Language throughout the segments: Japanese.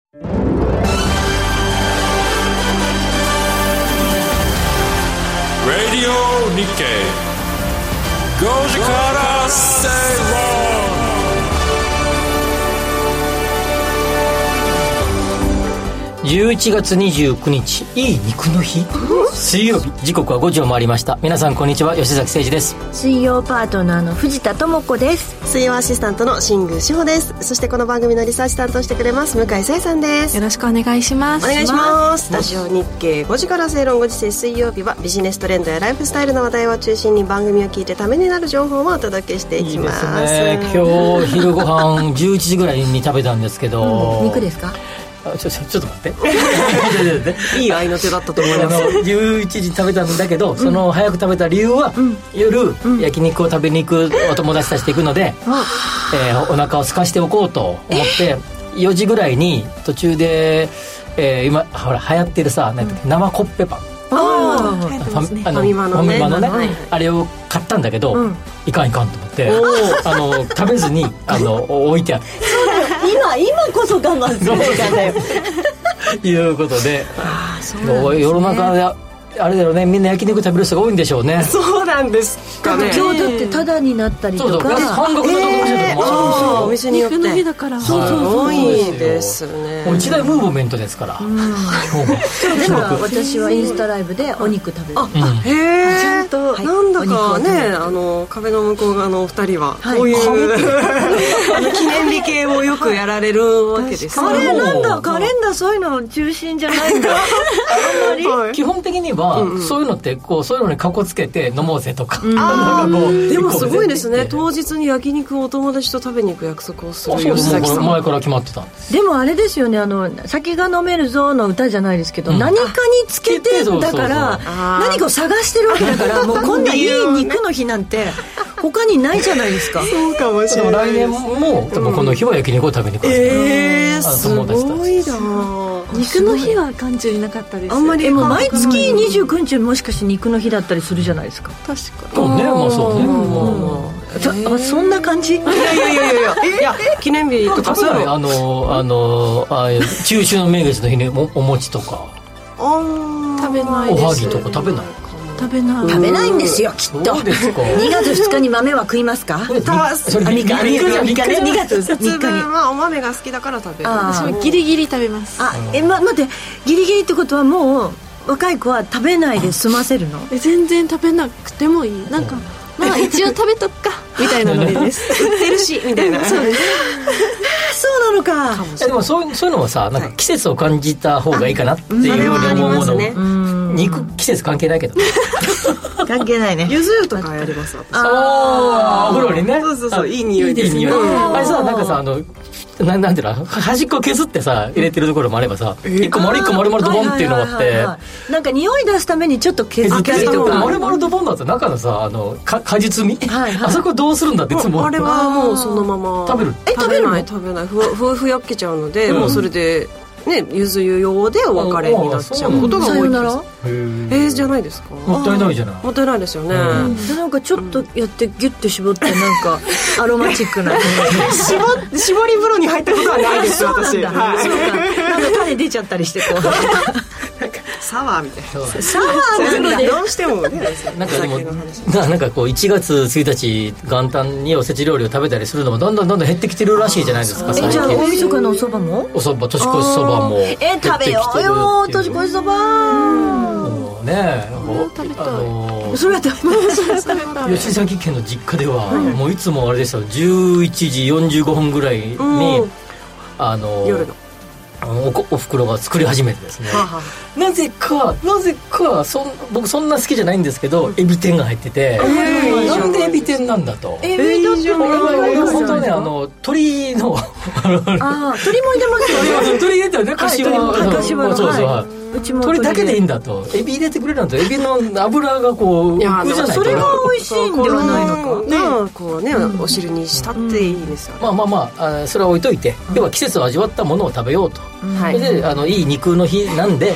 Radio Nikkei 5時から正論。 11月29日、いい肉の日、水曜日、時刻は5時を回りました。皆さんこんにちは、吉崎誠二です。 水曜パートナーの藤田智子です。 水曜アシスタントの新宮志保です。そしてこの番組のリサーチ担当してくれます向井沙耶さんです。 よろしくお願いします。 お願いします。ラジオ日経5時から正論、ご時世水曜日はビジネストレンドやライフスタイルの話題を中心に番組を聞いてためになる情報をお届けしていきます。 いいですね。今日昼ご飯11時ぐらいに食べたんですけど、 肉ですか？ ちょっと待っていい合いの手だったと思います。 11時食べたんだけど、その早く食べた理由は、夜、焼肉を食べに行くお友達たちと行くので、お腹を空かしておこうと思って、4時ぐらいに途中で、今ほら流行ってるさ、生コッペパン、ファミマのね、あれを買ったんだけど、いかんと思って食べずに置いてある。 今こそ我慢する時間だよいうことで、世の中であれだろうね、みんな焼肉食べる人が多いんでしょうね。 そうなんですかね。 今日だってタダになったりとか、 半額のお店によって肉の日だから、 すごいですね。 もう一大ムーブメントですから。 だから私はインスタライブでお肉食べる。 へえ、 ちゃんと、 なんだかね、壁の向こう側のお二人はこういう記念日系をよくやられるわけです。 カレンダーそういうの中心じゃないんだ。 基本的にはそういうのってこう、そういうのにかこつけて飲もうぜとか。 でもすごいですね。当日に焼肉をお友達と食べに行く約束をする吉崎さん。 前から決まってたんです。 でもあれですよね、酒が飲めるぞの歌じゃないですけど、何かにつけてだから何かを探してるわけだからもうこんないい肉の日なんて他にないじゃないですか。 そうかもしれない。 来年も多分この日は焼肉を食べに行く。 すごいな。 肉の日は感じなかったです。 あんまりもう毎月29日もしかして肉の日だったりするじゃないですか。 確かにね。そうね。 そんな感じ。いや記念日とか食べない。中秋の名月の日にお餅とか食べないです。 おはぎとか食べない。 食べないんですよ、きっと。 そうですか。 2月2日に豆は食いますか？2月3日にお豆が好きだから食べる。 私もギリギリ食べます。 待って、ギリギリってことはもう若い子は食べないで済ませるの？ 全然食べなくてもいい。なんかまあ一応食べとくかみたいなノリです。 売ってるしみたいな。 そうです。 そうなのか。 でもそういうのはさ、なんか季節を感じた方がいいかなっていうように思うの。肉季節関係ないけど。 関係ないね。 ゆず湯とかやります。 お風呂にね。 そういい匂いです。 あれさ、なんかさ、なんていうの、端っこ削ってさ入れてるところもあればさ、一個丸々ドボンっていうのがあって、 なんか匂い出すためにちょっと削ったりとか、 丸々ドボンだと中のさ、果実味、あそこどうするんだっていつも。 あれはもうそのまま食べる。 食べないふやけちゃうので、もうそれでね、ゆず湯用でお別れになっちゃうことが多いです。じゃないですか。 もったいないじゃない。 もったいないですよね。 なんかちょっとやってギュッて絞ってなんかアロマチックな絞り風呂に入ったことはないです私。 そうか。なんか種出ちゃったりしてこう。 サワーみたいな。 サワーなんだ。 どうしてもね。 なんかでもなんかこう1月1日元旦におせち料理を食べたりするのもどんどん減ってきてるらしいじゃないですか。 じゃあ大晦日のお蕎麦も？ お蕎麦、年越し蕎麦も食べようよ年越し蕎麦。 ねえ。 食べたい。 それは食べたい。 吉崎家の実家ではもういつもあれですよ、11時45分ぐらいに夜のお袋が作り始めてですね、なぜか僕そんな好きじゃないんですけど、エビ天が入ってて、なんでエビ天なんだと。 エビだって本当はね、鶏の鶏も入れますよね。 鶏入れたらね、柏そう鶏だけでいいんだと。エビ入れてくれるとエビの脂がこう浮くじゃないと。 それが美味しいんではないのか。 こうね、お汁にしたっていいですよね。 まあそれは置いといて、要は季節を味わったものを食べようと。でいい肉の日なんで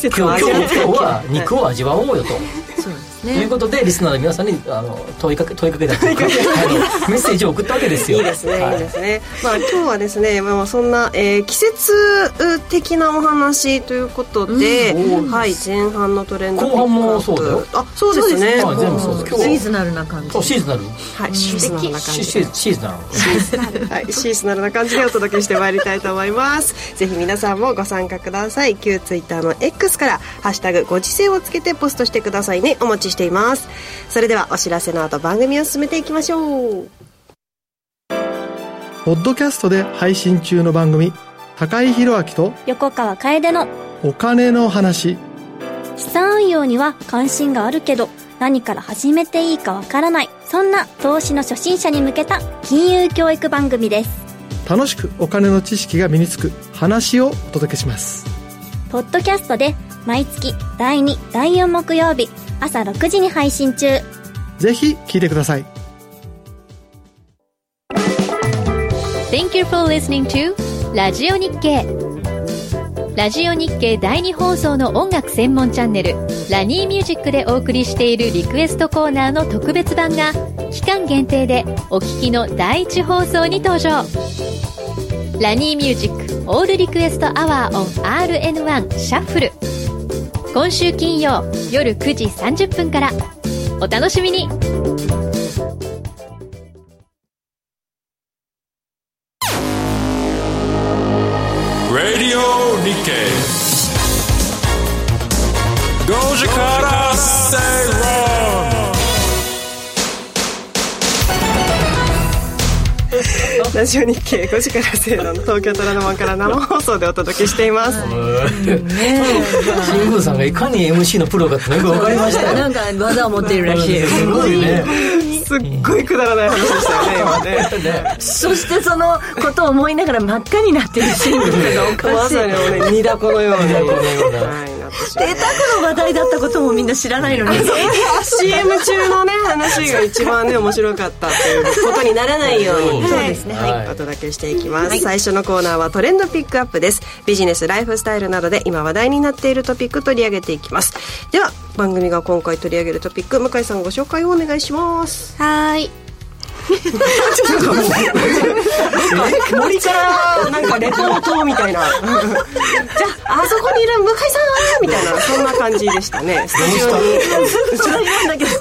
節を味わって今日は肉を味わおうよと、 そうですということでリスナーの皆さんに問いかけたというかメッセージを送ったわけですよ。 いいですね、いいですね。まあ、今日はですね、そんな、季節的なお話ということで、はい、前半のトレンド後半もそうだよ。 あ、そうですね。 全部そうです。 シーズナルな感じ。 シーズナル。 はい、シーズナルな感じ。 シーズナル。 はい、シーズナルな感じでお届けしてまいりたいと思います。ぜひ皆さんもご参加ください。旧ツイッターの X からハッシュタグご時世をつけてポストしてくださいね。お待ちしています。それではお知らせの後番組を進めていきましょう。 ポッドキャストで配信中の番組、高井宏明と横川楓のお金の話。 資産運用には関心があるけど何から始めていいかわからない、そんな投資の初心者に向けた金融教育番組です。 楽しくお金の知識が身につく話をお届けします。 ポッドキャストで毎月第2、第4木曜日朝6時に配信中。 ぜひ聞いてください。 Thank you for listening to ラジオ日経。ラジオ日経第2放送の音楽専門チャンネルラニーミュージックでお送りしているリクエストコーナーの特別版が期間限定でお聞きの第1放送に登場。ラニーミュージックオールリクエストアワー on RN1 シャッフル、今週金曜夜9時30分からお楽しみに。 Radio Nikkei 5時から正論。 ラジオ日経5時から正論の東京虎ノ門から生放送でお届けしています。 新宮さんがいかに MC のプロかってよく分かりましたよ。 なんか技を持っているらしい。 すごいね。 すっごいくだらない話でしたよね今ね。 そしてそのことを思いながら真っ赤になっている新宮がおかしい。 まさにね、煮だこのようにはい、なってしまう。 データの話題だったこともみんな知らないのに CM 中のね話が一番ね面白かったということにならないように、そうですね、はい、お届けしていきます、はい、最初のコーナーはトレンドピックアップです。ビジネス、ライフスタイルなどで今話題になっているトピック取り上げていきます。では番組が今回取り上げるトピック、向井さんご紹介をお願いします。 はい。 森からなんかレポートみたいなじゃああそこにいる向井さんみたいな、そんな感じでしたね。スタジオにそれなんだけど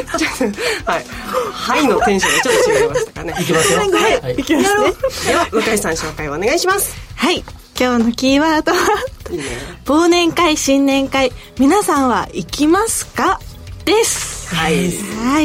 はいのテンションがちょっと違いましたかね。 いきますよ。 はい、いきますね。では向井さん紹介をお願いします。 はい、今日のキーワードは忘年会、新年会、皆さんは行きますかです。 はい、 はい、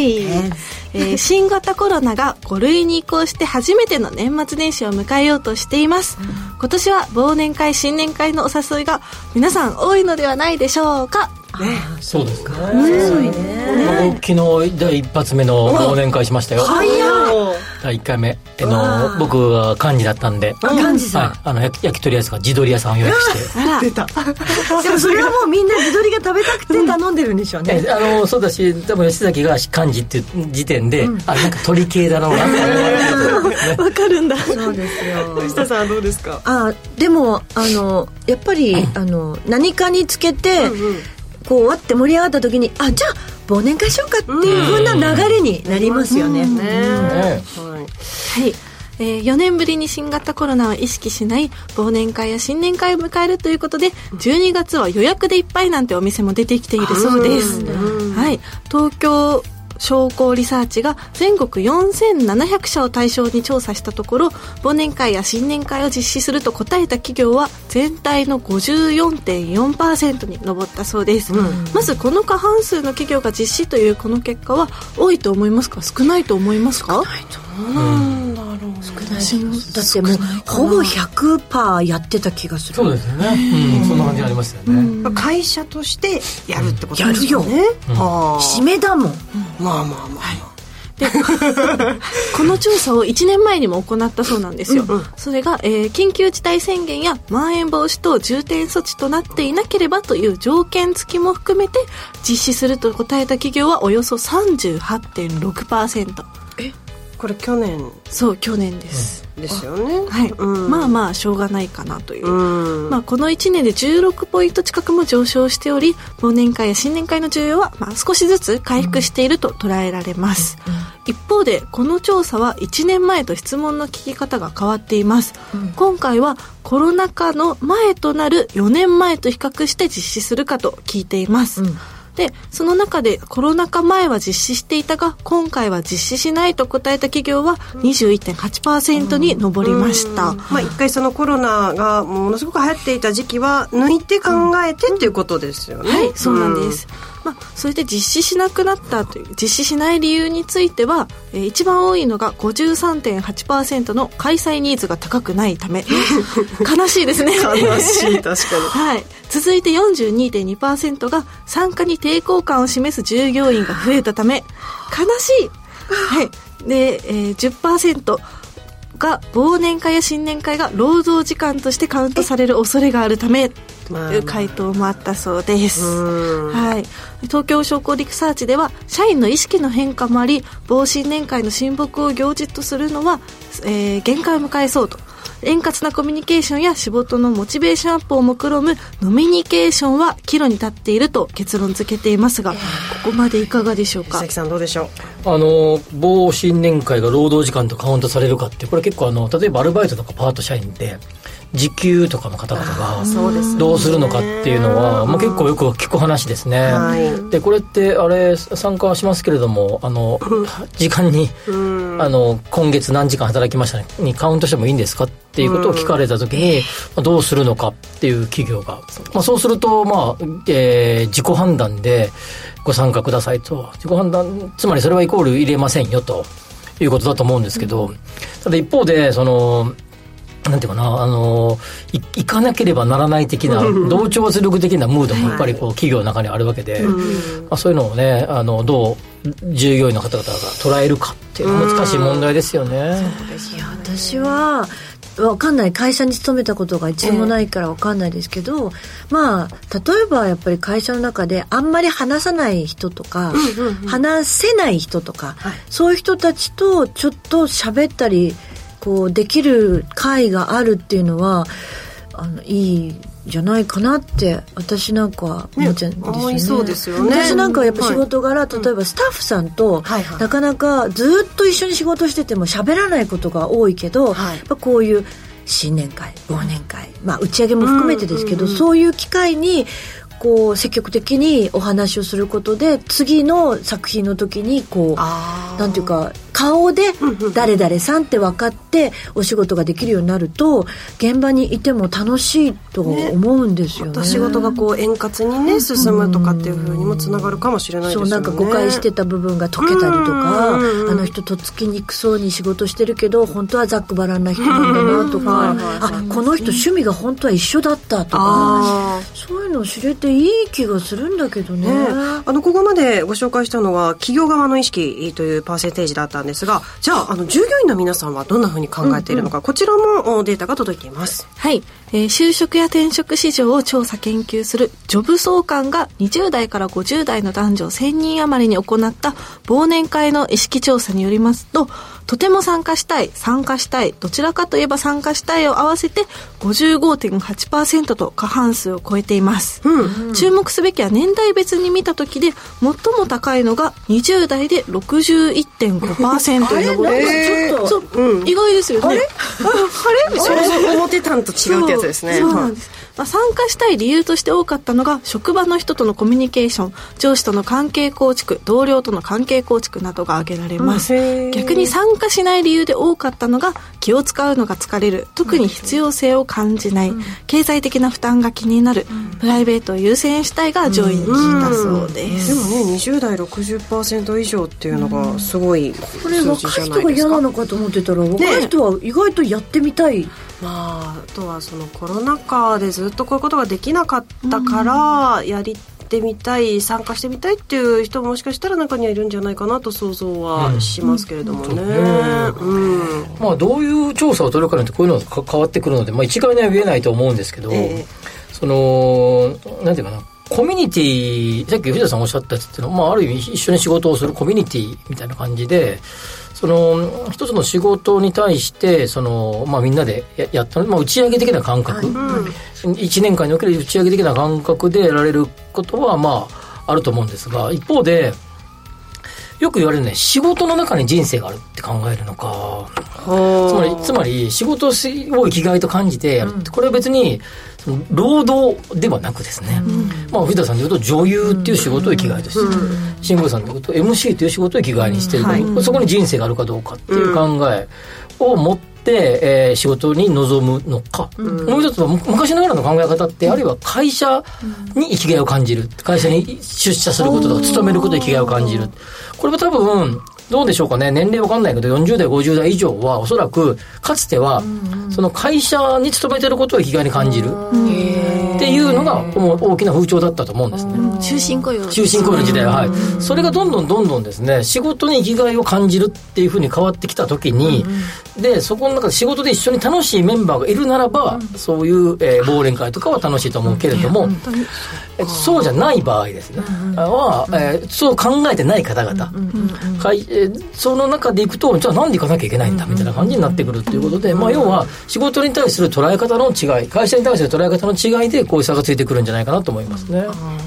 新型コロナが5類に移行して初めての年末年始を迎えようとしています、今年は忘年会、新年会のお誘いが皆さん多いのではないでしょうか。 そうですかね。僕昨日第一発目の忘年会しましたよ。第1回目僕が幹事だったんで、 幹事さん、 焼き鳥屋さん、地鶏屋さんを予約して出たでもそれはもうみんな地鶏が食べたくて頼んでるんでしょうね。 そうだし、多分吉崎が幹事っていう時点で、なんか鳥系だろうなってわかるんだ。 そうですよ。 藤田さんはどうですか。 でもやっぱり何かにつけて、こうわって盛り上がった時にじゃあ忘年会しようかっていう風な流れになりますよね。 はい、4年ぶりに新型コロナを意識しない忘年会や新年会を迎えるということで、12月は予約でいっぱいなんてお店も出てきているそうです。はい、東京商工リサーチが全国4700社を対象に調査したところ、忘年会や新年会を実施すると答えた企業は全体の 54.4% に上ったそうです、まずこの過半数の企業が実施というこの結果は多いと思いますか、少ないと思いますか。 少ないとなんだろう、少ないだってもうほぼ 100% やってた気がする。 そうですよね、そんな感じありますよね、 会社としてやるってことですよね。 やるよ、締めだもん、 まあでこの調査を1年前にも行ったそうなんですよ、それが、緊急事態宣言やまん延防止等重点措置となっていなければという条件付きも含めて実施すると答えた企業はおよそ 38.6%。 これ去年。 そう去年です、 ですよね。 はい、まあまあしょうがないかなという、まあ、この1年で16ポイント近くも上昇しており、忘年会や新年会の需要はまあ少しずつ回復していると捉えられます、一方でこの調査は1年前と質問の聞き方が変わっています、今回はコロナ禍の前となる4年前と比較して実施するかと聞いています、でその中でコロナ禍前は実施していたが今回は実施しないと答えた企業は 21.8% に上りました、 まあ、一回そのコロナがものすごく流行っていた時期は抜いて考えてっていうことですよね、 はい、そうなんです、まあ、それで実施しなくなったという実施しない理由については、一番多いのが 53.8% の開催ニーズが高くないため悲しいですね悲しい確かに、 はい、続いて 42.2% が参加に抵抗感を示す従業員が増えたため悲しい、はい、で、10% が忘年会や新年会が労働時間としてカウントされる恐れがあるためという回答もあったそうです、はい、東京商工リサーチでは社員の意識の変化もあり忘新年会の親睦を行事とするのは、限界を迎えそうと円滑なコミュニケーションや仕事のモチベーションアップを目論むノミニケーションは岐路に立っていると結論付けていますが、ここまでいかがでしょうか。 佐々木さんどうでしょう。 忘新年会が労働時間とカウントされるかってこれ結構例えばアルバイトとかパート社員で時給とかの方々がどうするのかっていうのはまあ、結構よく聞く話ですね、はい、でこれってあれ参加はしますけれども時間に今月何時間働きましたねにカウントしてもいいんですかっていうことを聞かれた時に、どうするのかっていう企業が、まあ、そうすると、まあ自己判断でご参加くださいと自己判断つまりそれはイコール入れませんよということだと思うんですけど、ただ一方でなんていうかな行かなければならない的な同調圧力的なムードもやっぱり企業の中にあるわけで、まあ、そういうのをねどう従業員の方々が捉えるかっていうのは難しい問題ですよね。 そうですよ。私は分かんない会社に勤めたことが一度もないから分かんないですけど、まあ例えばやっぱり会社の中であんまり話さない人とか、話せない人とか、そういう人たちとちょっと喋ったりできる会があるっていうのはいいじゃないかなって私なんかは思っちゃうんですよね。 そうですよね。 私なんかはやっぱ仕事柄、例えばスタッフさんと、なかなかずっと一緒に仕事してても喋らないことが多いけど、やっぱこういう新年会忘年会、まあ、打ち上げも含めてですけど、そういう機会に積極的にお話をすることで次の作品の時になんていうか顔で誰々さんって分かってお仕事ができるようになると現場にいても楽しいと思うんですよね。 また仕事が円滑にね進むとかっていう風にもつながるかもしれないですよね。 そうなんか誤解してた部分が解けたりとか、あの人とっつきにくそうに仕事してるけど本当はざっくばらんな人なんだなとか、この人趣味が本当は一緒だったとか、そういうのを知れていい気がするんだけどね。 ここまでご紹介したのは企業側の意識というパーセンテージだったんですが、じゃあ従業員の皆さんはどんなふうに考えているのか、こちらもデータが届いています。 はい、就職や転職市場を調査研究するジョブ総監が20代から50代の男女1000人余りに行った忘年会の意識調査によりますと、とても参加したい、参加したい、どちらかといえば参加したいを合わせて 55.8% と過半数を超えています、注目すべきは年代別に見た時で最も高いのが20代で 61.5% に上る。ちょっとそう、意外ですよね。あれ想像思ってたんと違うってやつですね。 そうなんです、参加したい理由として多かったのが職場の人とのコミュニケーション、上司との関係構築、同僚との関係構築などが挙げられます、逆に参加しない理由で多かったのが気を使うのが疲れる、特に必要性を感じない、経済的な負担が気になる、プライベートを優先したいが上位に聞いたそうです、 でもね20代 60% 以上っていうのがすごい数字じゃないですか。 これ若い人が嫌なのかと思ってたら、若い人は意外とやってみたい、 あとはそのコロナ禍でずっとこういうことができなかったからやってみたい、参加してみたいっていう人ももしかしたら中にはいるんじゃないかなと想像はしますけれどもね、 まあ、どういう調査を取るかによってこういうのが変わってくるので、まあ、一概には言えないと思うんですけど、そのなんていうかな、コミュニティ、さっき藤田さんおっしゃったやつっていうのは、まあ、ある意味一緒に仕事をするコミュニティみたいな感じで、 その一つの仕事に対してみんなでやった、打ち上げ的な感覚、1年間における打ち上げ的な感覚でやられることはあると思うんですが、一方でよく言われるね、仕事の中に人生があるって考えるのか、つまり仕事を生きがいと感じてやるって、これは別に労働ではなくですね、藤田さんでいうと女優っていう仕事を生きがいとしてる、慎吾さんでいうと MC という仕事を生きがいにしてる、そこに人生があるかどうかっていう考えを持って、仕事に臨むのか、もう一つは昔ながらの考え方って、あるいは会社に生きがいを感じる、会社に出社することとか勤めることに生きがいを感じる、これは多分どうでしょうかね、年齢わかんないけど40代50代以上はおそらくかつてはその会社に勤めてることを生きがいに感じるっていうのが大きな風潮だったと思うんですね。 終身雇用の時代は、それがどんどんですね、仕事に生きがいを感じるっていうふうに変わってきた時に、でそこの中で仕事で一緒に楽しいメンバーがいるならば、そういう、忘年会とかは楽しいと思うけれども、そうじゃない場合ですね、そう考えてない方々、その中でいくと、じゃあなんで行かなきゃいけないんだみたいな感じになってくるということで、要は仕事に対する捉え方の違い、会社に対する捉え方の違いでこういう差がついてくるんじゃないかなと思いますね。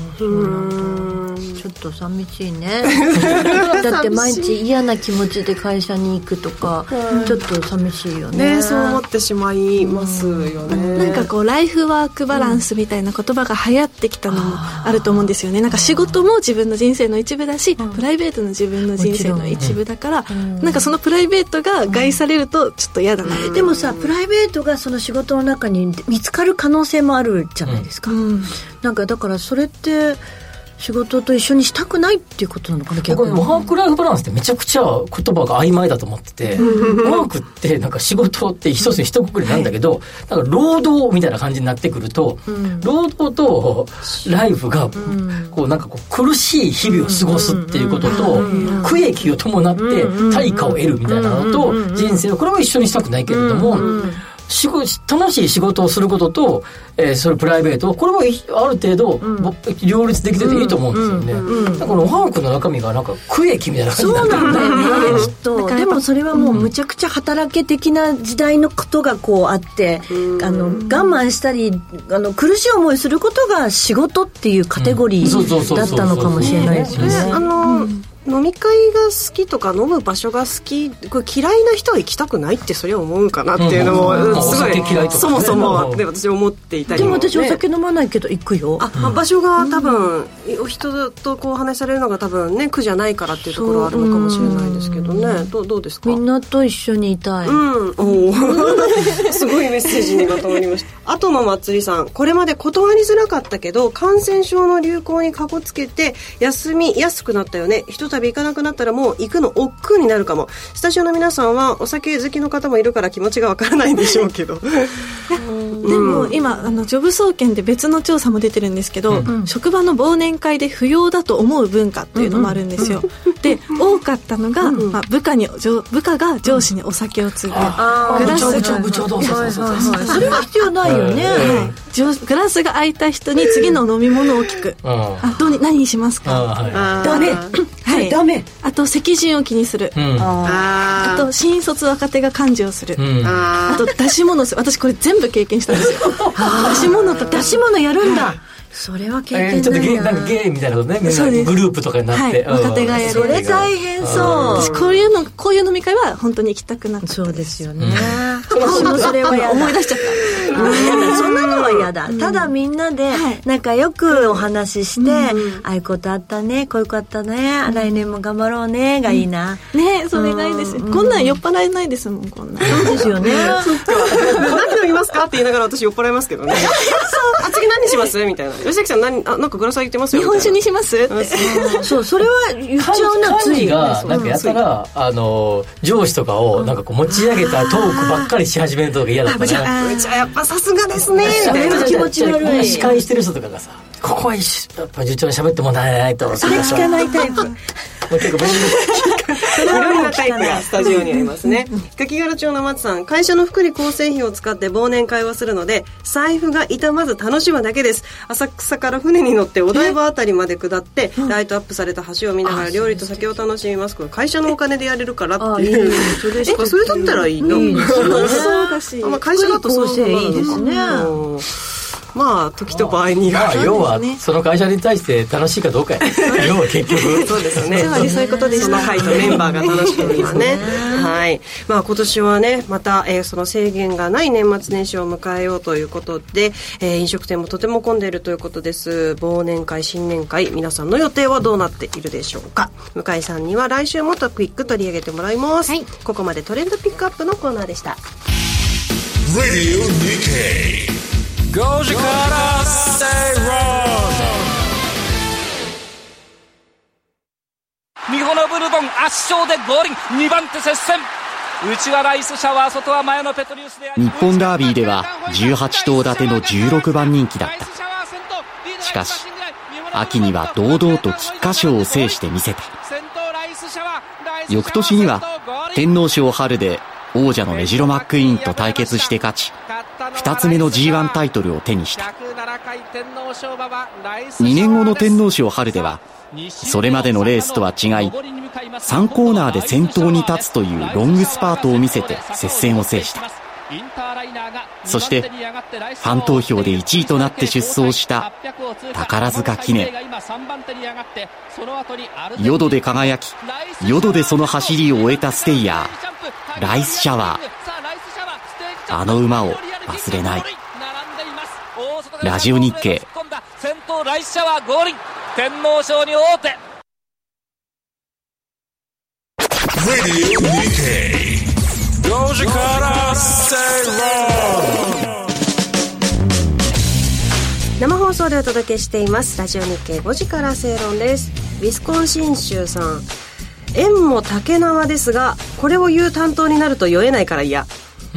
ちょっと寂しいねだって毎日嫌な気持ちで会社に行くとか、ちょっと寂しいよね。 そう思ってしまいますよね。 なんかこうライフワークバランスみたいな言葉が流行ってきたのもあると思うんですよね。なんか仕事も自分の人生の一部だし、プライベートの自分の人生の一部だから、なんかそのプライベートが害されるとちょっと嫌だな。 でもさ、プライベートがその仕事の中に見つかる可能性もあるじゃないですか、なんかだからそれって仕事と一緒にしたくないっていうことなのかな。 これワークライフバランスってめちゃくちゃ言葉が曖昧だと思ってて、ワークってなんか仕事って一つに一括りなんだけど、なんか労働みたいな感じになってくると、労働とライフがなんか苦しい日々を過ごすっていうことと、苦役を伴って対価を得るみたいなのと、人生をこれは一緒にしたくないけれども、楽しい仕事をすることと、それプライベート、これはある程度、両立できてていいと思うんですよね。このワークの中身がなんか苦役みたいな感じになってる。 そうなんだよねきっと。でもそれはもうむちゃくちゃ働け的な時代のことがあって、我慢したり苦しい思いすることが仕事っていうカテゴリーだったのかもしれないですよね。 飲み会が好きとか飲む場所が好き、これ嫌いな人は行きたくないってそれは思うかなっていうのもすごいそもそもで私思っていたりも、 でも私お酒飲まないけど行くよ。 場所が多分お人とお話しされるのが多分ね苦じゃないからっていうところはあるのかもしれないですけどね。どうですか。 みんなと一緒にいたい。 すごいメッセージにまとまりました。あとのまつりさん、これまで断りづらかったけど感染症の流行にかこつけて休みやすくなったよね。一旅行かなくなったらもう行くの億劫になるかも。スタジオの皆さんはお酒好きの方もいるから気持ちがわからないんでしょうけどでも今ジョブ総研で別の調査も出てるんですけど、職場の忘年会で不要だと思う文化っていうのもあるんですよ。で多かったのが、部下が上司にお酒を継ぐ、グラスそれは必要ないよね、 グラスが空いた人に次の飲み物を聞く、何にしますか、 ダメダメ。 あと席順を気にする、あと新卒若手が幹事をする、あと出し物する。私これ全部経験したんですよ出し物やるんだ。それは経験ないな。 ちょっとゲーみたいなことね、グループとかになって、 若手がやる。 それ大変そう。 私こういう飲み会は本当に行きたくなった。 そうですよね。私もそれはやだ。 思い出しちゃった。 そんなのは嫌だ。ただみんなで仲良くお話しして、ああいうことあったね、こういうことあったね、来年も頑張ろうねがいいな。 ね、それがいいですよ。こんなん酔っ払えないですもん、こんなん。 そうですよね。 何飲みますかって言いながら私酔っ払いますけどね。次何にしますみたいな。吉崎さんなんかグラス空いてますよ。 日本酒にしますって。 そう、それは言っちゃうな。 幹事がなんかやったら上司とかをなんか持ち上げたトークばっかりし始めるとか嫌だったね。 うちはやっぱさすがですね。 それは気持ち悪い。 司会してる人とかがさ、ここはやっぱ順調に喋ってもらえないと。 それ聞かないタイプ。 結構そいろいろなタイプがスタジオにありますね。柿柄町の松さん、会社の福利厚生費を使って忘年会をするので財布が痛まず楽しむだけです。浅草から船に乗ってお台場あたりまで下ってライトアップされた橋を見ながら料理と酒を楽しみます。これ会社のお金でやれるからっていう。それだったらいいの。そうだし、会社だとそういいですね。まあ時と場合には、 要はその会社に対して楽しいかどうかや要は結局そうですね。 つまりそういうことでした。 その会とメンバーが楽しみですね。はい。まあ今年はね、また、その制限がない年末年始を迎えようということで、飲食店もとても混んでいるということです。忘年会、新年会、皆さんの予定はどうなっているでしょうか。向井さんには来週もトピック取り上げてもらいます。はい、ここまでトレンドピックアップのコーナーでした。 Radio Nikkei 5時から Stay Wrong。 ミホノブルボン圧勝でゴールイン。2番手接戦。内はライスシャワー、外は前のペトリウスであり、 日本ダービーでは18頭立ての16番人気だった。しかし秋には堂々と菊花賞を制してみせた。翌年には天皇賞春で王者のメジロマックイーンと対決して勝ち、2つ目の G1 タイトルを手にした。2年後の天皇賞春ではそれまでのレースとは違い3コーナーで先頭に立つというロングスパートを見せて接戦を制した。そしてファン投票で1位となって出走した宝塚記念。淀で輝き、淀でその走りを終えたステイヤー、ライスシャワー、あの馬を忘れない。ラジオ日経。 先頭ライスシャワーゴールイン。天皇賞に王手。 Radio Nikkei 5時から Stay Wrong。 生放送でお届けしていますラジオ日経5時から正論です。ウィスコンシン州さん、縁も竹縄ですがこれを言う担当になると酔えないから嫌。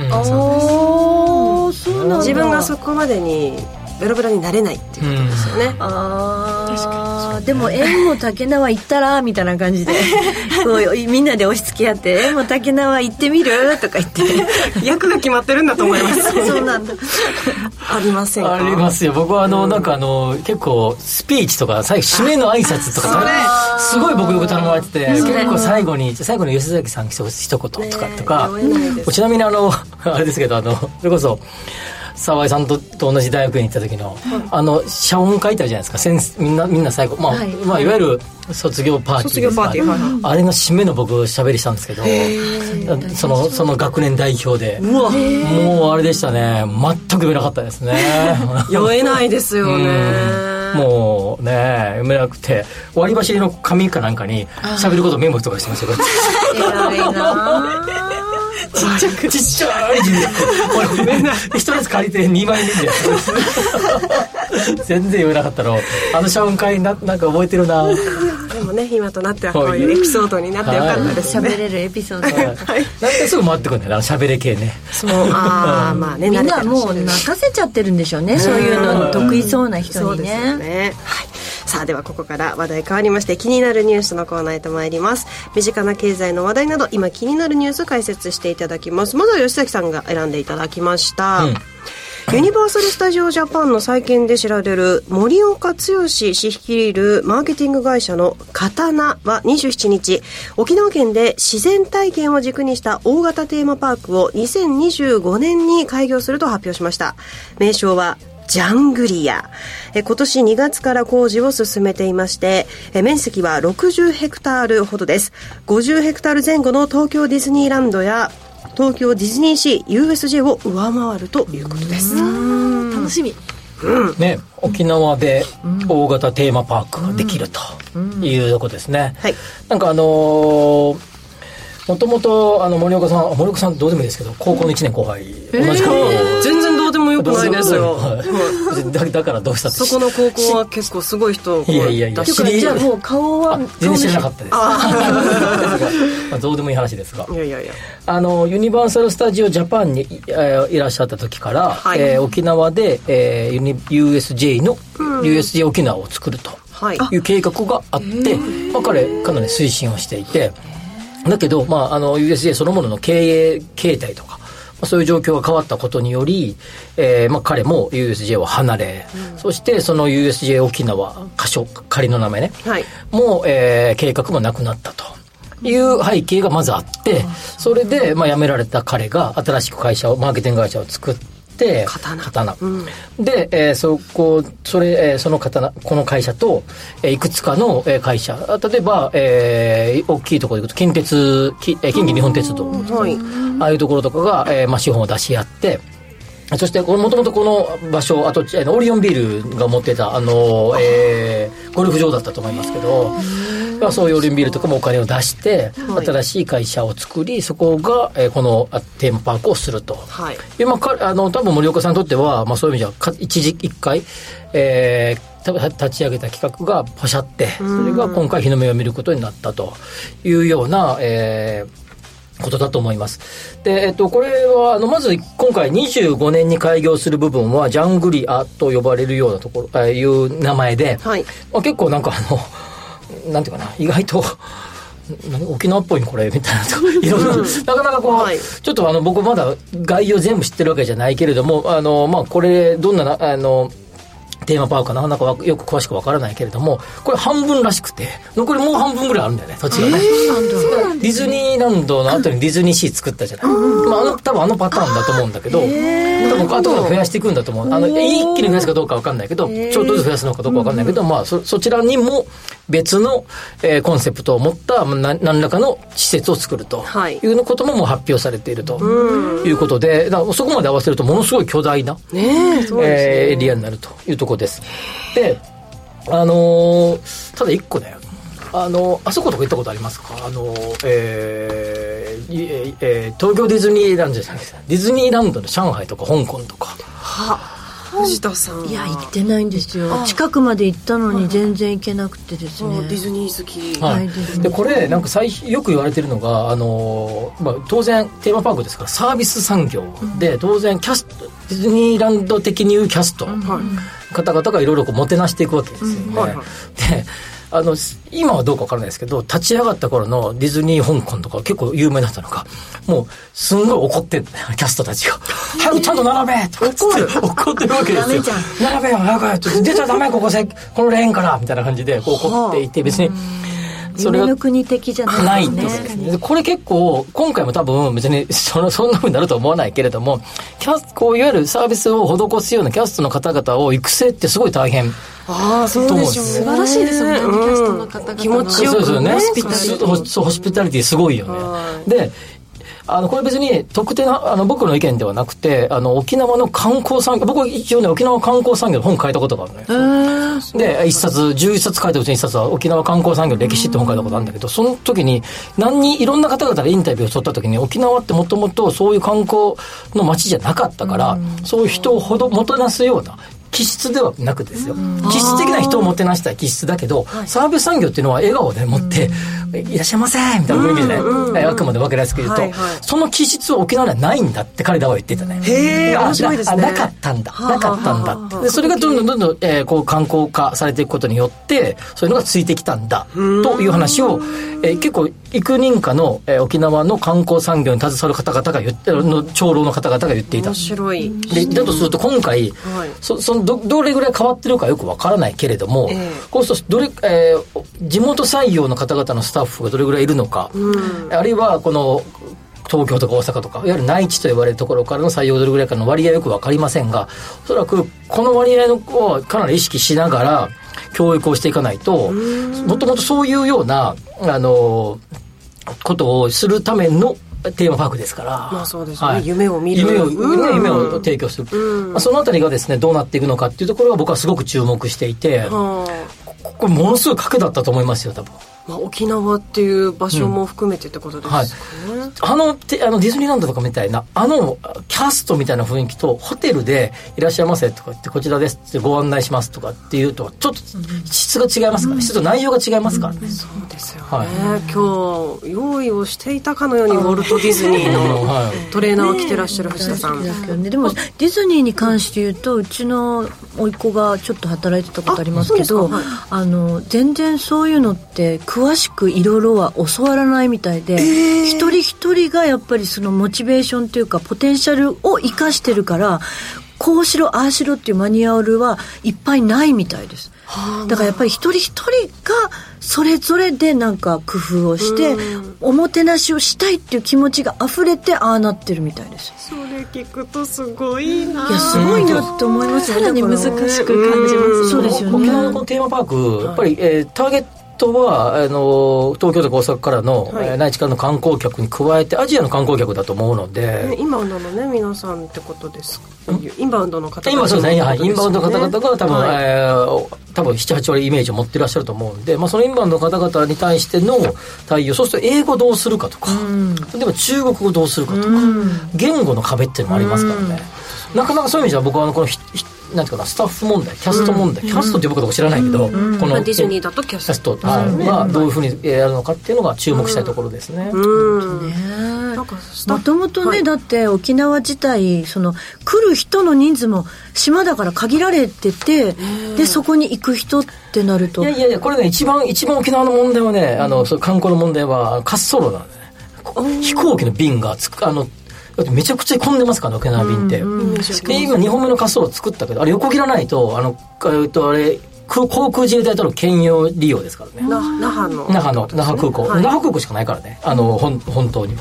そうなんだ。 自分がそこまでにベロベロになれないっていうことですよね。 でも縁も竹縄行ったらみたいな感じでこうみんなで押し付け合って縁も竹縄行ってみるとか言って役が決まってるんだと思います。 そうなんだ。 ありませんか？ ありますよ。僕はなんか結構スピーチとか最後締めの挨拶とかすごい僕よく頼まれてて、結構最後に吉崎さん一言とか、ちなみにあれですけどそれこそ沢井さんと同じ大学に行った時の謝恩会ってあるじゃないですか。みんな最後、いわゆる卒業パーティーですか。あれの締めの僕喋りしたんですけど、その学年代表でもうあれでしたね。全く読めなかったですね。 読めないですよね。 もうね読めなくて割り箸の紙かなんかに喋ることメモとかしてましたよ。 偉いなちっちゃい一つ借りて2枚目で全然読めなかったの。謝恩会なんか覚えてるな。 でもね今となってはこういうエピソードになってよかったですね。 喋れるエピソード。 なんですぐ回ってくるんだよ喋れ系ね。 そうまあね、 みんなもう任せちゃってるんでしょうね。そういうの得意そうな人にね。 そうですよね。はい。さあではここから話題変わりまして気になるニュースのコーナーへと参ります。身近な経済の話題など今気になるニュース解説していただきます。まずは吉崎さんが選んでいただきました、ユニバーサル・スタジオ・ジャパンの再建で知られる森岡剛氏率いるマーケティング会社の刀は27日沖縄県で自然体験を軸にした大型テーマパークを2025年に開業すると発表しました。名称はジャングリア。今年2月から工事を進めていまして、面積は60ヘクタールほどです。50ヘクタール前後の東京ディズニーランドや東京ディズニーシー USJ を上回るということです。 楽しみ。 ね、沖縄で大型テーマパークができるというところですね。はい。なんかもともと森岡さんどうでもいいですけど高校の1年後輩、同じ高校、 全然どうでもよくないですよ。 だからどうしたってそこの高校は結構すごい人をいやじゃあもう顔は全然知らなかったです。どうでもいい話ですが、ユニバーサル・スタジオ・ジャパンにいらっしゃった時から、沖縄で、USJ の USJ 沖縄を作るという計画があって、彼かなり推進をしていて、 だけど、USJ そのものの経営形態とか、そういう状況が変わったことにより、彼も USJ を離れ、そしてその USJ 沖縄仮の名前ね、もう、計画もなくなったという背景がまずあって、それで、辞められた彼が新しくマーケティング会社を作って、刀、で、この会社と、いくつかの会社、例えば、大きいところでいくと近畿日本鉄道、ああいうところとかが、資本を出し合って、そしてもともとこの場所、あとオリオンビールが持ってたゴルフ場だったと思いますけど、そういうオリオンビールとかもお金を出して、新しい会社を作り、そこがこのテーマパークをすると、多分森岡さんにとっては、そういう意味じゃ一回、立ち上げた企画がポシャって、それが今回日の目を見ることになったというような、ことだと思います。で、これはまず今回25年に開業する部分はジャングリアと呼ばれるようなところ、いう名前で、結構なんかなんていうかな、意外と沖縄っぽいのこれみたいな、いろんななかなかこう、ちょっと僕まだ概要全部知ってるわけじゃないけれども、これどんなテーマパークかなかなかよく詳しくわからないけれども、これ半分らしくて、残りもう半分ぐらいあるんだよね、土地がね。ディズニーランドの後にディズニーシー作ったじゃない。多分パターンだと思うんだけど、多分後から増やしていくんだと思う。一気に増やすかどうかわかんないけど、ちょっとずつ増やすのかどうかわかんないけど、そちらにも別の、コンセプトを持った何らかの施設を作るということももう発表されているということで、そこまで合わせるとものすごい巨大な、エリアになるというところです。で、ただ一個だよ。あそことか行ったことありますか？東京ディズニーランドじゃないですか。ディズニーランドの上海とか香港とか。 藤田さん。 いや、行ってないんですよ。近くまで行ったのに全然行けなくてですね。 ディズニー好き。 で、これなんかよく言われてるのが、当然テーマパークですからサービス産業で、当然ディズニーランド的にいうキャスト、方々がいろいろもてなしていくわけですよね。で、今はどうかわからないですけど、立ち上がった頃のディズニー香港とか結構有名だったのが、もうすんごい怒ってんだよ、キャストたちが。早くちゃんと並べとか怒ってるわけですよ。並べよ、早く出ちゃダメ、このレーンからみたいな感じで怒っていて、別にそれが夢の国的じゃないですね。これ結構今回も多分別にそんな風になるとは思わないけれども、こういわゆるサービスを施すようなキャストの方々を育成ってすごい大変。 そうでしょうね。 素晴らしいですよね、キャストの方々 気持ちよく、 ホスピタリティすごいよね。で、これ別に特定な僕の意見ではなくて、沖縄の観光産業、僕は一応ね、沖縄観光産業の本書いたことがあるのよ。で、11冊書いたうちに1冊は沖縄観光産業の歴史って本書いたことあるんだけど、その時にいろんな方々でインタビューを取った時に、沖縄ってもともとそういう観光の街じゃなかったから、そういう人をもてなすような気質ではなくですよ。気質的な人をもてなしたい気質だけど、サービス産業っていうのは笑顔で持って、いらっしゃいませみたいな雰囲気でね、あくまで分かりやすく言うと、その気質は沖縄にはないんだって彼らは言ってたね。 面白いですね。 なかったんだで、それがどんどんこう観光化されていくことによってそういうのがついてきたんだという話を、結構幾人かの、沖縄の観光産業に携わる方々が長老の方々が言っていた。 面白い。 で、だとすると今回、どれぐらい変わってるかよくわからないけれども、こうすると地元採用の方々のスタッフがどれぐらいいるのか、あるいはこの東京とか大阪とかいわゆる内地と呼ばれるところからの採用どれぐらいかの割合はよくわかりませんが、おそらくこの割合をかなり意識しながら教育をしていかないと、もともとそういうようなことをするためのテーマパークですから、 そうですね、夢を見る、 夢を提供する、そのあたりがですねどうなっていくのかっていうところは僕はすごく注目していて、これものすごい賭けだったと思いますよ多分。 沖縄っていう場所も含めてってことですかね。 ディズニーランドとかみたいなキャストみたいな雰囲気と、ホテルでいらっしゃいませとか言ってこちらですってご案内しますとかっていうとちょっと質が違いますからね、質と内容が違いますからね。 そうですよね、今日用意をしていたかのようにウォルト・ディズニーのトレーナーを着てらっしゃる藤田さん、 でもディズニーに関して言うと、うちの甥っ子がちょっと働いてたことありますけど、全然そういうのって詳しくいろいろは教わらないみたいで、一人一人がやっぱりそのモチベーションというかポテンシャルを生かしてるから、こうしろああしろっていうマニュアルはいっぱいないみたいです。だからやっぱり一人一人がそれぞれでなんか工夫をしておもてなしをしたいっていう気持ちが溢れてああなってるみたいです。 それ聞くとすごいな。 いやすごいなって思いますよね。 さらに難しく感じます。 そうですよね。 沖縄のこのテーマパークやっぱり、ターゲットは東京とか大阪からの、内地からの観光客に加えてアジアの観光客だと思うので、 インバウンドのね皆さんってことですか。インバウンドの方々、 今そうですね、はい、インバウンドの方々が多分、多分 7,8 割イメージを持っていらっしゃると思うんで、そのインバウンドの方々に対しての対応、そうすると英語どうするかとか、例えば中国語どうするかとか、言語の壁っていうのもありますからね、なかなかそういう意味では僕はこのなんていうかな、スタッフ問題、キャスト問題、キャストって呼ぶかどうか知らないけど、このディズニーだとキャストはどういうふうにやるのかっていうのが注目したいところですね。 もともとね、だって沖縄自体その来る人の人数も島だから限られてて、でそこに行く人ってなると、 いやこれね、一番沖縄の問題はね、その観光の問題は滑走路なんでね、飛行機の便がだってめちゃくちゃ混んでますから、沖縄便って。で今2本目の滑走路を作ったけど、あれ横切らないとあれ航空自衛隊との兼用利用ですからね。 那覇空港、那覇空港しかないからね、本当には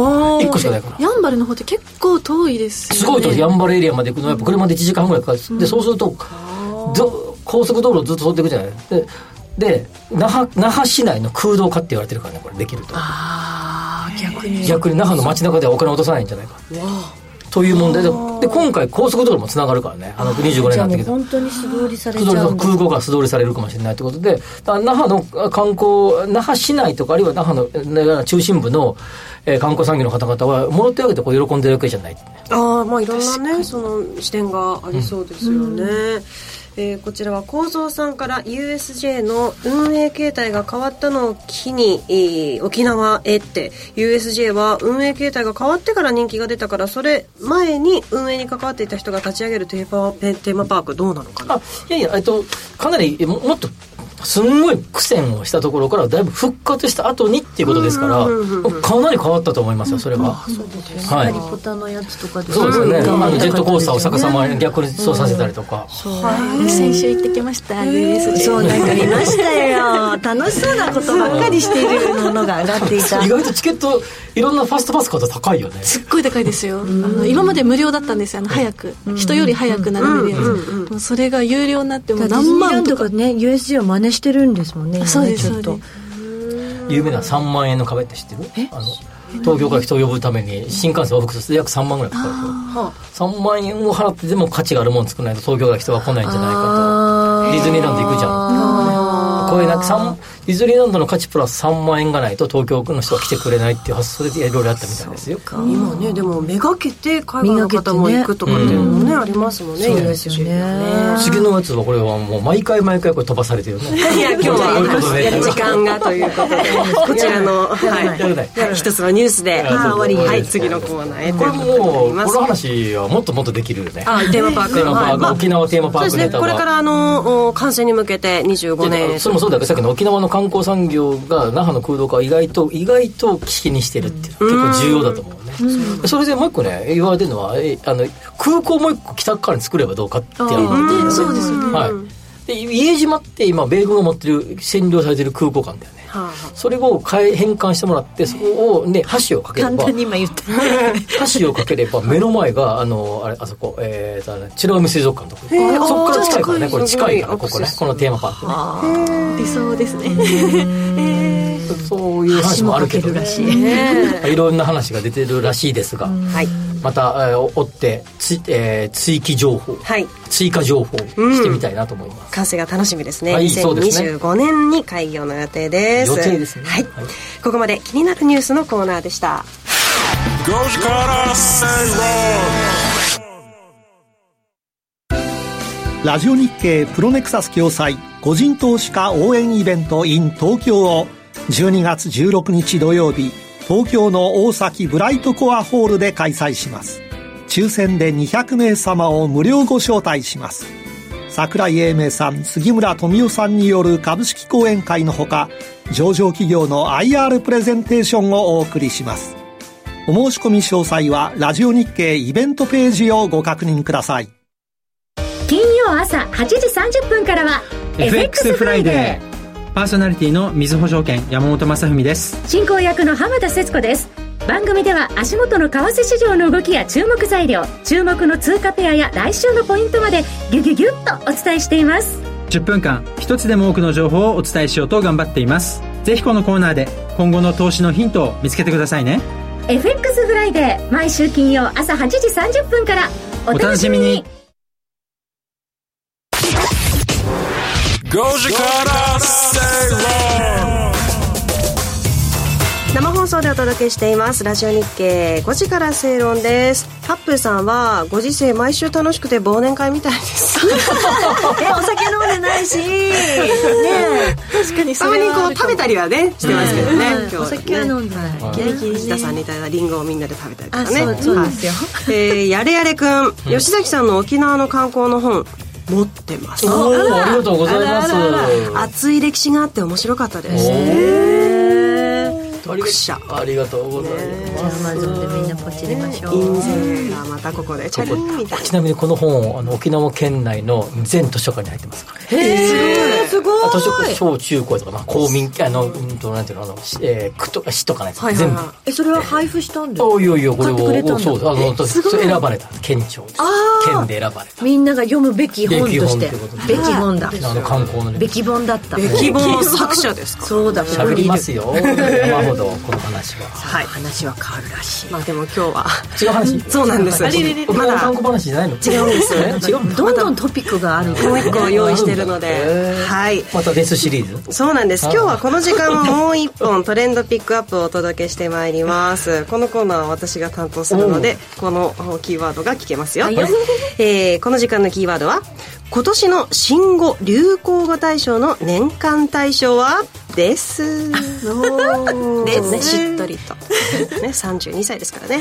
1個しかないから。 やんばるの方って結構遠いですよね。 すごい遠い。やんばるエリアまで行くのはやっぱ車で1時間ぐらいかかる。でそうすると高速道路をずっと通っていくじゃない。で那覇市内の空洞化って言われてるからね、これできると。逆に那覇の街中ではお金を落とさないんじゃないかという問題で、今回高速道路もつながるからね、25年になってきた。 本当に素通りされちゃう、 空港から素通りされるかもしれないということで、那覇の観光、那覇市内とかあるいは那覇の中心部の観光産業の方々はもろ手を挙げて喜んでるわけじゃない。 いろんなねその視点がありそうですよね。こちらは構造さんから USJ の運営形態が変わったのを機に、沖縄へって、 USJ は運営形態が変わってから人気が出たから、それ前に運営に関わっていた人が立ち上げるテーマパークどうなのかな。 かなりもっとすんごい苦戦をしたところからだいぶ復活した後にっていうことですから、かなり変わったと思いますよ、それは。 そうですね、ハリポタのやつとかで、 そうですね、ジェットコースターを逆さまに逆にそうさせたりとか、 先週行ってきました USJ。 そう、なんか見ましたよ。楽しそうなことばっかりしているものが上がっていた。 意外とチケットいろんなファストパス方高いよね。 すっごい高いですよ。今まで無料だったんですよ、早く人より早く並べるやつ。それが有料になっても何万とかね、 USJ を真似してるんですもんね。 そうです、そうです。 有名な3万円の壁って知ってる？東京から人を呼ぶために新幹線往復すると約3万ぐらいかかると。3万円を払ってでも価値があるもの作らないと東京から人が来ないんじゃないかと。ディズニーランド行くじゃん。こういうなんかディズニーランドの価値プラス3万円がないと東京の人は来てくれないっていう発想でいろいろあったみたいですよ。 今ね、でもめがけて海外の方も行くとかっていうのもね、ありますもんね。 そうですよね。 次のやつはこれはもう毎回これ飛ばされてるね。 いや今日はやる時間がということでこちらの一つのニュースで次のコーナーへ。 これもうこの話はもっともっとできるよね。 テーマパーク、 沖縄テーマパークネタはこれから完成に向けて25年。 それもそうだけど、さっきの沖縄の観光産業が那覇の空洞化を意外と危機にしてるっていうのは結構重要だと思うね。それでもう一個ね言われてるのは空港もう一個北側に作ればどうかっていうのそうですよね。 で家島って今米軍が持ってる占領されてる空港間だよね。それを返還してもらって、そこをね橋をかければ、 簡単に今言った橋をかければ目の前があそこ美ら海水族館のとこ、そこから近いからね。これ近いからここね、このテーマパークね。 理想ですね。 そういう話もあるけどね、いろんな話が出てるらしいですが、また追って追加情報してみたいなと思います。 完成が楽しみですね。2025年に開業の予定です。 予定ですね。 ここまで気になるニュースのコーナーでした。 ラジオ日経プロネクサス共催個人投資家応援イベント in 東京を12月16日土曜日、東京の大崎ブライトコアホールで開催します。抽選で200名様を無料ご招待します。 桜井英明さん、杉村富夫さんによる株式講演会のほか、上場企業の IR プレゼンテーションをお送りします。お申し込み詳細はラジオ日経イベントページをご確認ください。 金曜朝8時30分からは FX フライデー。 パーソナリティのみずほ証券山本正文です。 進行役の浜田節子です。番組では足元の為替市場の動きや注目材料、注目の通貨ペアや来週のポイントまでギュギュギュッとお伝えしています。 10分間一つでも多くの情報をお伝えしようと頑張っています。ぜひこのコーナーで今後の投資のヒントを見つけてくださいね。 FX フライデー、毎週金曜朝8時30分からお楽しみに。 5時から正論、 生放送でお届けしていますラジオ日経5時から正論です。ハップーさんはご時世毎週楽しくて忘年会みたいですお酒飲んでないしね確かにたまにこう食べたりはねしてますけどね、今日お酒は飲んでない西田さんみたいなリンゴをみんなで食べたりとかね。 そうですよ、 やれやれくん、吉崎さんの沖縄の観光の本持ってます。 ありがとうございます。 熱い歴史があって面白かったです。読者ありがとうございます。 じゃあアマゾンでみんなポチりましょう。 印税がまたここでチャリンみたいな。 ちなみにこの本沖縄県内の全図書館に入ってますから。 すごい。 図書館小中高とか公民なんていうの区とか市とかね、全部。 それは配布したんですか。 いやこれをそう選ばれた県庁です。県で選ばれた。 みんなが読むべき本としてべき本だ。 観光のべき本だった。 べき本の作者ですか。 そうだ。 喋りますよ。山ほどこの話は。 はい。話は変わるらしい。 まあでも今日は違う話。 そうなんです。 まだ観光話じゃないの。 違うんです。 違う。どんどんトピックがある。 もう一個用意してるので。はい。 またデスシリーズ。 そうなんです。今日はこの時間もう一本トレンドピックアップをお届けしてまいります。このコーナーは私が担当するので、このキーワードが聞けますよ。この時間のキーワードは今年の新語・流行語大賞の年間大賞はですですね、しっとりと、ね、32歳ですからね。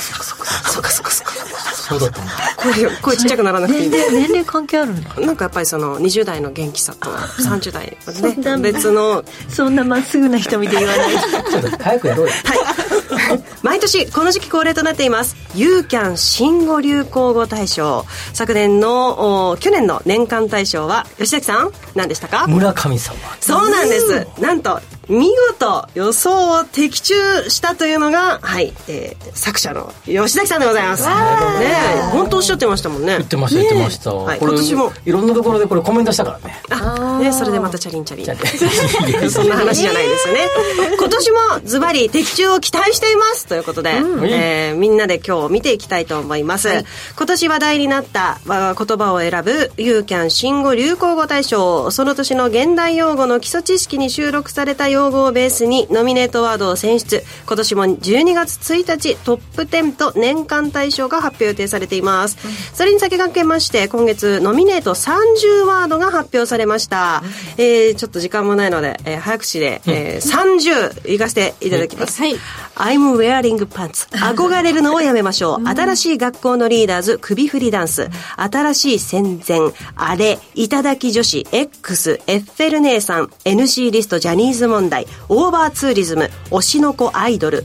そうだったんだ。 声ちっちゃくならなくていい。 年齢関係あるんだ。 なんかやっぱりその20代の元気さと30代のね、別のそんなまっすぐな人見て言わない早くやろうよ。 はい毎年この時期恒例となっていますユーキャン新語・流行語大賞。去年の年間大賞は吉崎さん何でしたか。 村上さんは。 そうなんです。なんと見事予想を的中したというのが、はい、作者の吉崎さんでございます。ね、本当おっしゃってましたもんね。 言ってました、 はい、今年もいろんなところでこれコメントしたからね。 それでまたチャリンそんな話じゃないですよね。今年もズバリ的中を期待していますということで、みんなで今日見ていきたいと思います。はい、今年話題になった言葉を選ぶユーキャン新語・流行語大賞。その年の現代用語の基礎知識に収録された用語をベースにノミネートワードを選出。今年も12月1日トップ10と年間大賞が発表予定されています。それに先駆けまして今月ノミネート30ワードが発表されました。ちょっと時間もないので、早口で、30言かせていただきます。I'm wearing pants。 憧れるのをやめましょう。新しい学校のリーダーズ首振りダンス。新しい戦前あれいただき女子 X エッフェル姉さん NC リストジャニーズ問題オーバーツーリズム推しの子アイドル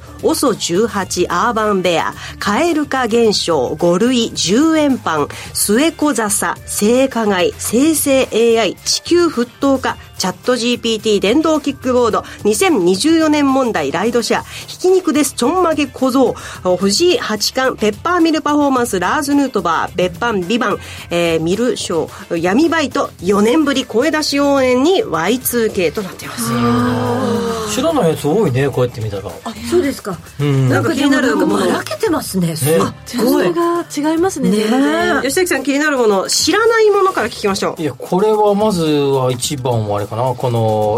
OSO18アーバンベア蛙化現象5類10円パン末小笹性加害生成 AI 地球沸騰化チャット GPT 電動キックボード2024年問題ライドシェアひき肉ですちょんまげ小僧藤井八冠ペッパーミルパフォーマンスラーズヌートバー別班ビバン、ミルショー闇バイト4年ぶり声出し応援に Y2K となっています。 知らないやつ多いねこうやって見たら。 そうですか。 なんか気になるものばらけてますね。 すごいが違いますね。 吉崎さん気になるもの知らないものから聞きましょう。 いやこれはまずは一番はあれかなこの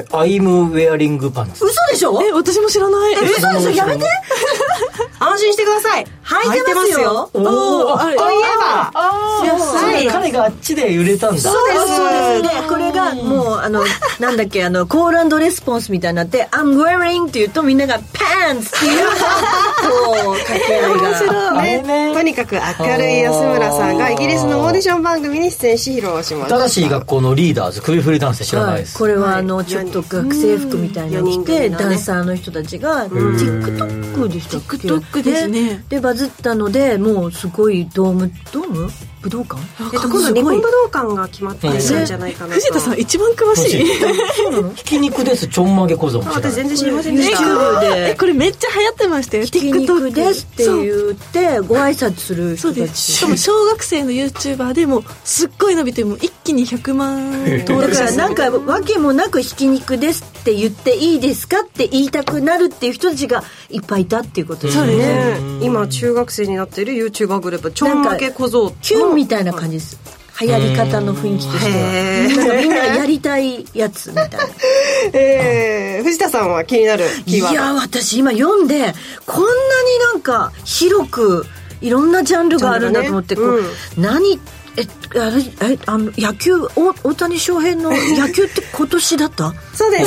I'm wearing pants。 嘘でしょ。 私も知らない。 嘘でしょ。やめて。 安心してください。履いてますよ。といえば彼があっちで売れたんだ。 そうですね。これがもうなんだっけコール&レスポンスみたいになって I'm wearing って言うとみんなが pants っていうこう掛け合いが面白いね。とにかく明るい安村さんがイギリスのオーディション番組に出演し披露しました。 新しい学校のリーダーズ首振りダンス知らないです。 これはちょっと学生服みたいなの着てダンサーの人たちが TikTok でしたっけ。 TikTok ですね。 でバズったのでもうすごいドーム武道館、 今度日本武道館が決まってるんじゃないかなと。 藤田さん一番詳しい。 ひき肉ですちょんまげ小僧。 私全然知りませんでした。 これめっちゃ流行ってましたよ。 ひき肉ですって言ってご挨拶する人たち。 しかも小学生の YouTuber でもすっごい伸びても一気に100万登録者。 だからなんかわけもなくひき肉ですって言っていいですかって言いたくなるっていう人たちがいっぱいいたっていうことですね。 そうですね。今中学生になっている YouTuber グループちょんまげ小僧キュンみたいな感じです。流行り方の雰囲気としてはなんかみんなやりたいやつみたいな。 藤田さんは気になるキーワード。 いや私今読んでこんなになんか広くいろんなジャンルがあるんだと思って、何野球大谷翔平の野球って今年だったそうです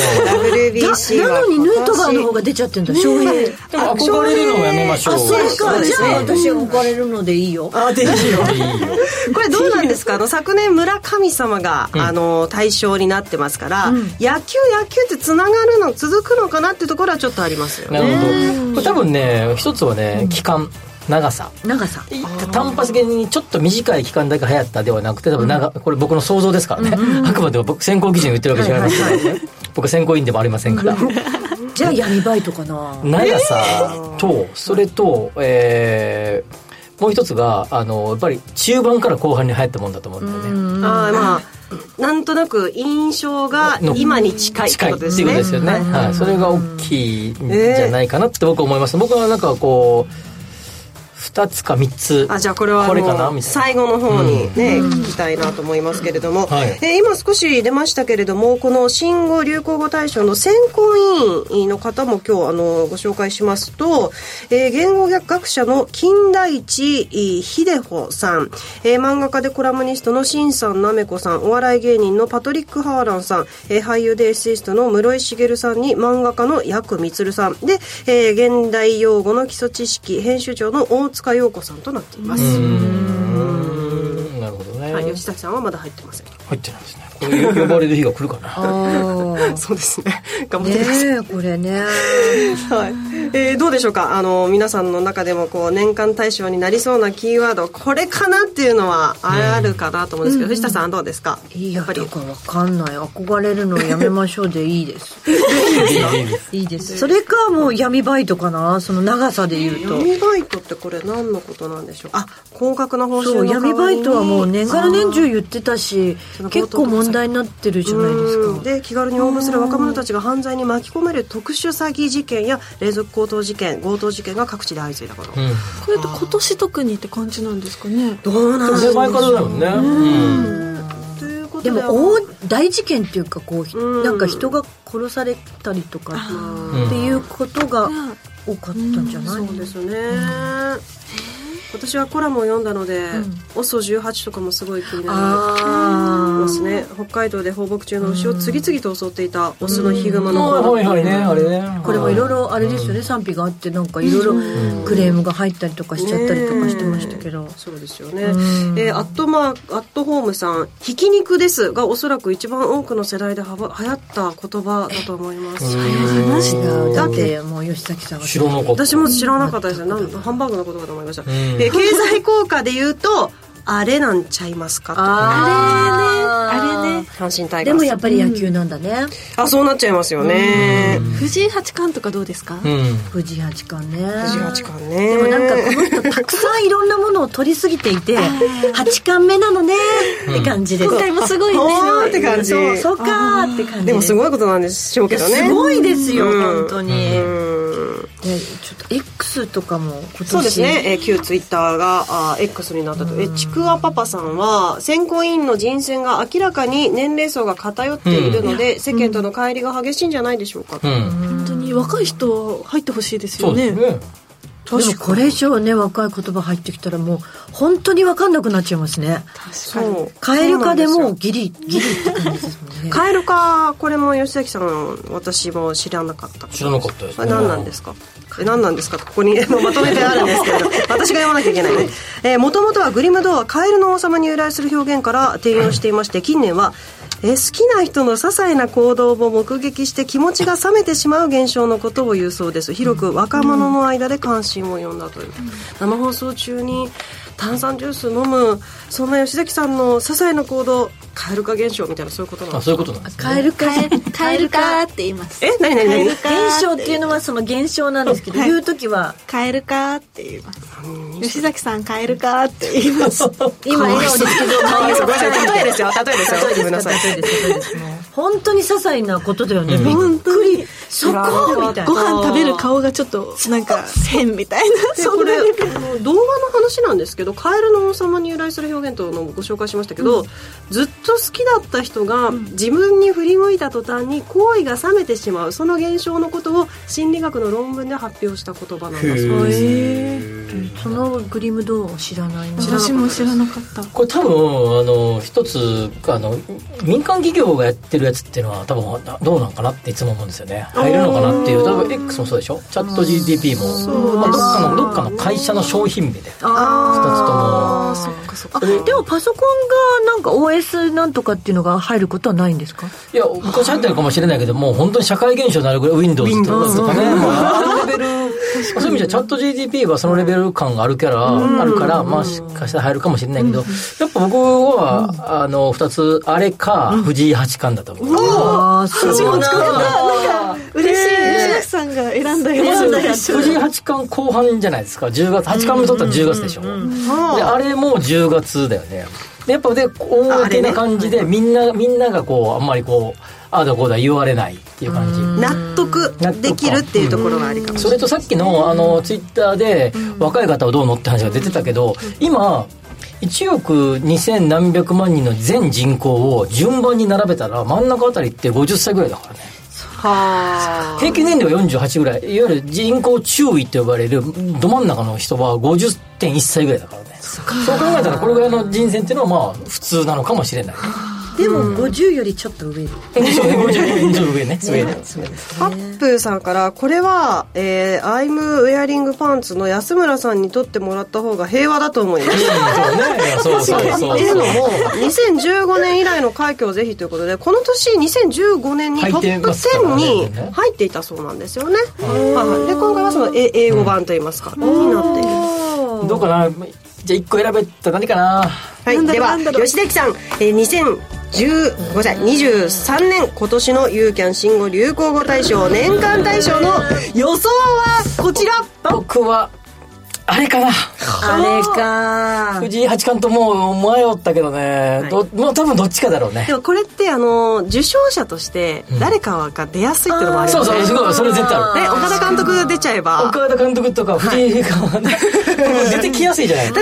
WBC なのにヌートバーの方が出ちゃってんだ翔平。 でも憧れるのをやめましょう。 それかじゃあ私憧れるのでいいよ。 でいいよこれどうなんですか。昨年村神様が対象になってますから、野球ってつながるの続くのかなっていうところはちょっとありますよね。 なるほど。これ多分ね一つはね期間長さ単発的にちょっと短い期間だけ流行ったではなくて多分これ僕の想像ですからね、あくまでも僕選考基準言ってるわけじゃないですけどね、僕選考員でもありませんからじゃあ闇バイトかな。 長さとそれと、もう一つがやっぱり中盤から後半に流行ったもんだと思うんだよね。 まあなんとなく印象が今に近いってことですね。 近いっていうことですよね、はい、それが大きいんじゃないかなって僕は思います。僕はなんかこう2つか3つじゃあこれは最後の方にね、聞きたいなと思いますけれども、今少し出ましたけれどもこの新語・流行語大賞の選考委員の方も今日ご紹介しますと、言語学者の金田一秀穂さん、漫画家でコラムニストの新さんなめこさん、お笑い芸人のパトリック・ハーランさん、俳優でエッセイストの室井茂さんに漫画家のヤクミツルさんで、現代用語の基礎知識編集長の大塚陽子さんとなっています。 なるほどね。 吉崎さんはまだ入ってません。 入ってないですね。これ呼ばれる日が来るかな。 そうですね。頑張ってください。 これね。 はい。どうでしょうか。皆さんの中でもこう年間大賞になりそうなキーワードこれかなっていうのはあるかなと思うんですけど、藤田さんどうですか。 やっぱり分かんない。憧れるのやめましょうでいいです。いいです。それかもう闇バイトかな。その長さで言うと。 闇バイトってこれ何のことなんでしょう。高額な報酬の代わりに。 闇バイトはもう年がら年中言ってたし結構問題になってるじゃないですか。 で気軽に応募する若者たちが犯罪に巻き込める特殊詐欺事件や連続強盗事件強盗事件が各地で相次いだから、 これって今年特にって感じなんですかね。 どうなんですか。 前からだもんね。 でも大事件っていうかこうなんか人が殺されたりとかっていうことが多かったんじゃない。 そうですね。今年はコラムを読んだので、OSO18 とかもすごい気になりますね。北海道で放牧中の牛を次々と襲っていたオスのヒグマのこれもいろいろあれですよね、賛否があってなんかいろいろクレームが入ったりとかしちゃったりとかしてましたけど、 そうですよね。アットホームさん、ひき肉ですがおそらく一番多くの世代で流行った言葉だと思います。 だってもう吉崎さんが私も知らなかったですね。ハンバーグのことかと思いました。経済効果で言うとあれなんちゃいますかと。あれね阪神タイガース。 でもやっぱり野球なんだね。 そうなっちゃいますよね。 藤井八冠とかどうですか。 藤井八冠ね。 でもなんかこの人たくさんいろんなものを取りすぎていて八冠目なのねって感じです。 今回もすごいねって感じ。 そうかーって感じ。 でもすごいことなんでしょうけどね。 すごいですよ本当に。ちょっと X とかも今年そうですね、旧ツイッターがX になったと。ちくわパパさんは選考委員の人選が明らかに年齢層が偏っているので、世間との乖離が激しいんじゃないでしょうか。 本当に若い人入ってほしいですよね。 でもこれ以上ね若い言葉入ってきたらもう本当に分かんなくなっちゃいますね。 確かに。 カエル化でもギリって感じですもんね。 カエル化、これも吉崎さん私も知らなかった。 知らなかったですね。 何なんですか。何なんですか。ここにまとめてあるんですけれど私が読まなきゃいけないね。もともとはグリム童話カエルの王様に由来する表現から転用していまして、近年は好きな人の些細な行動を目撃して気持ちが冷めてしまう現象のことを言うそうです。広く若者の間で関心を呼んだという、生放送中に炭酸ジュース飲むそんな吉崎さんの些細な行動、カエル化現象みたいなそういうことなんですか。 そういうことなんですね。 カエル化って言います。 何現象っていうのはその現象なんですけど、言うときはカエル化って言います。吉崎さんカエル化って言います。 今笑顔ですけど例えですよ。ごめんなさい。 本当に些細なことだよね。びっくり。そこみたいな。 ご飯食べる顔がちょっとなんか変みたいな。 これ動画の話なんですけど、カエルの王様に由来する表現というのをご紹介しましたけど、ずっと好きだった人が自分に振り向いた途端に好意が冷めてしまう、その現象のことを心理学の論文で発表した言葉なんだそうです。 そのグリム童話を知らないな。 私も知らなかった。 これ多分一つ民間企業がやってるやつっていうのは多分どうなんかなっていつも思うんですよね。入るのかなっていう。多分 X もそうでしょ。チャット GTP も、どっかの会社の商品名で2つとも。 そっか。でもパソコンがなんか OS なんとかっていうのが入ることはないんですか。 いや昔入ってるかもしれないけど、もう本当に社会現象になるぐらい Windows とかね、あのレベルそういう意味じゃチャット GTP はそのレベル感があるから、まあしかしたら入るかもしれないけど、やっぱ僕は2つあれか藤井八冠だと思う。 そうなんだ。 嬉しい。吉崎さんが選んだやつ。 藤井八冠後半じゃないですか。10月八冠目取ったら10月でしょ。であれも10月だよね。でやっぱで大な感じでみんながこうあんまりこうああだこうだ言われないっていう感じ。 納得できるっていうところがありかもしれない。 それとさっきのツイッターで若い方はどうのって話が出てたけど、今1億2000何百万人の全人口を順番に並べたら真ん中あたりって50歳ぐらいだからね。平均年齢は48ぐらい、いわゆる人口中位と呼ばれるど真ん中の人は 50.1 歳ぐらいだからね。そう考えたらこれぐらいの人選っていうのはまあ普通なのかもしれない。 でも50よりちょっと上で、 50上ね。 ハップーさんからこれは、I'm wearing pants の安村さんに撮ってもらった方が平和だと思います。っていうのも2015年以来の快挙をぜひということで、この年2015年にトップ10に入っていたそうなんですよね。で今回はその英語版といいますか、になっている。 どうかな。じゃあ1個選べたら何かな。 はい、では吉崎さん、2023年今年のユーキャン新語・流行語大賞年間大賞の予想はこちら。 僕はあれかな。 あれか。 藤井八冠ともう迷ったけどね、もう多分どっちかだろうね。 でもこれって受賞者として誰かが出やすいっていうのもありますね。 そうそれ絶対ある。 岡田監督出ちゃえば、 岡田監督とか藤井が出てきやすいじゃない。だって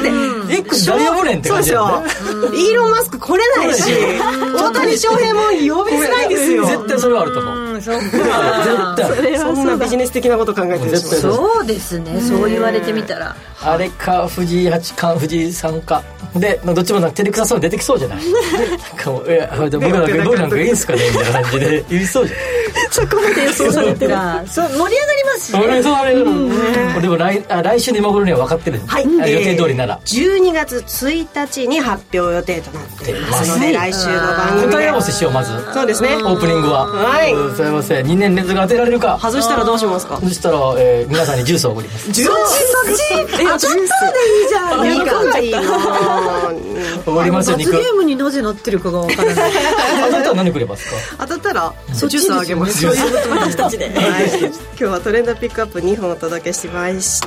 X 誰呼ぶねんって感じだよね。 イーロンマスク来れないし、大谷翔平も呼びづらいですよ。 絶対それはあると思う。絶対そんなビジネス的なこと考えてる。 そうですね。そう言われてみたらあれか藤井八冠藤井さんかでどっちもなんか照れくさそうに出てきそうじゃない。僕なんかいいんすかねみたいな感じで言いそうじゃん。 そこまで予想されてる。そう盛り上がりますしね。 でも来週の今頃には分かってる。 はい、 予定通りなら 12月1日に発表予定となっていますので、来週の番組で答え合わせしよう。まずそうですね、 オープニングは。はい、すいません。2年連続当てられるか。 外したらどうしますか。 そしたら皆さんにジュースをおごります。 ジュース当たったでいいじゃん。肉がいいな。 おごりますよ。 罰ゲームになぜなってるかがわからない。 当たったら何くれますか。 当たったらジュースあげます。私たちで。今日はトレンドピックアップ2本お届けしました。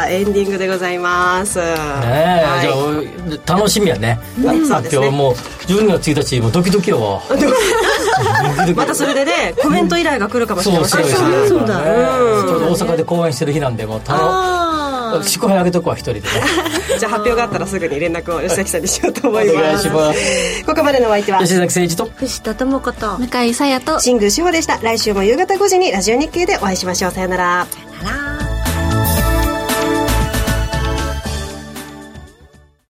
エンディングでございます。じゃあ楽しみやね。発表もう12月1日もドキドキやわ。 またそれでねコメント依頼が来るかもしれません。 そうだ。 ちょうど大阪で公演してる日なんで、もう祝杯あげとくわ一人でね。 じゃあ発表があったらすぐに連絡を吉崎さんにしようと思います。 お願いします。 ここまでのお相手は吉崎誠一と藤田智子と向井沙耶と新宮志保でした。来週も夕方5時にラジオ日経でお会いしましょう。さよなら。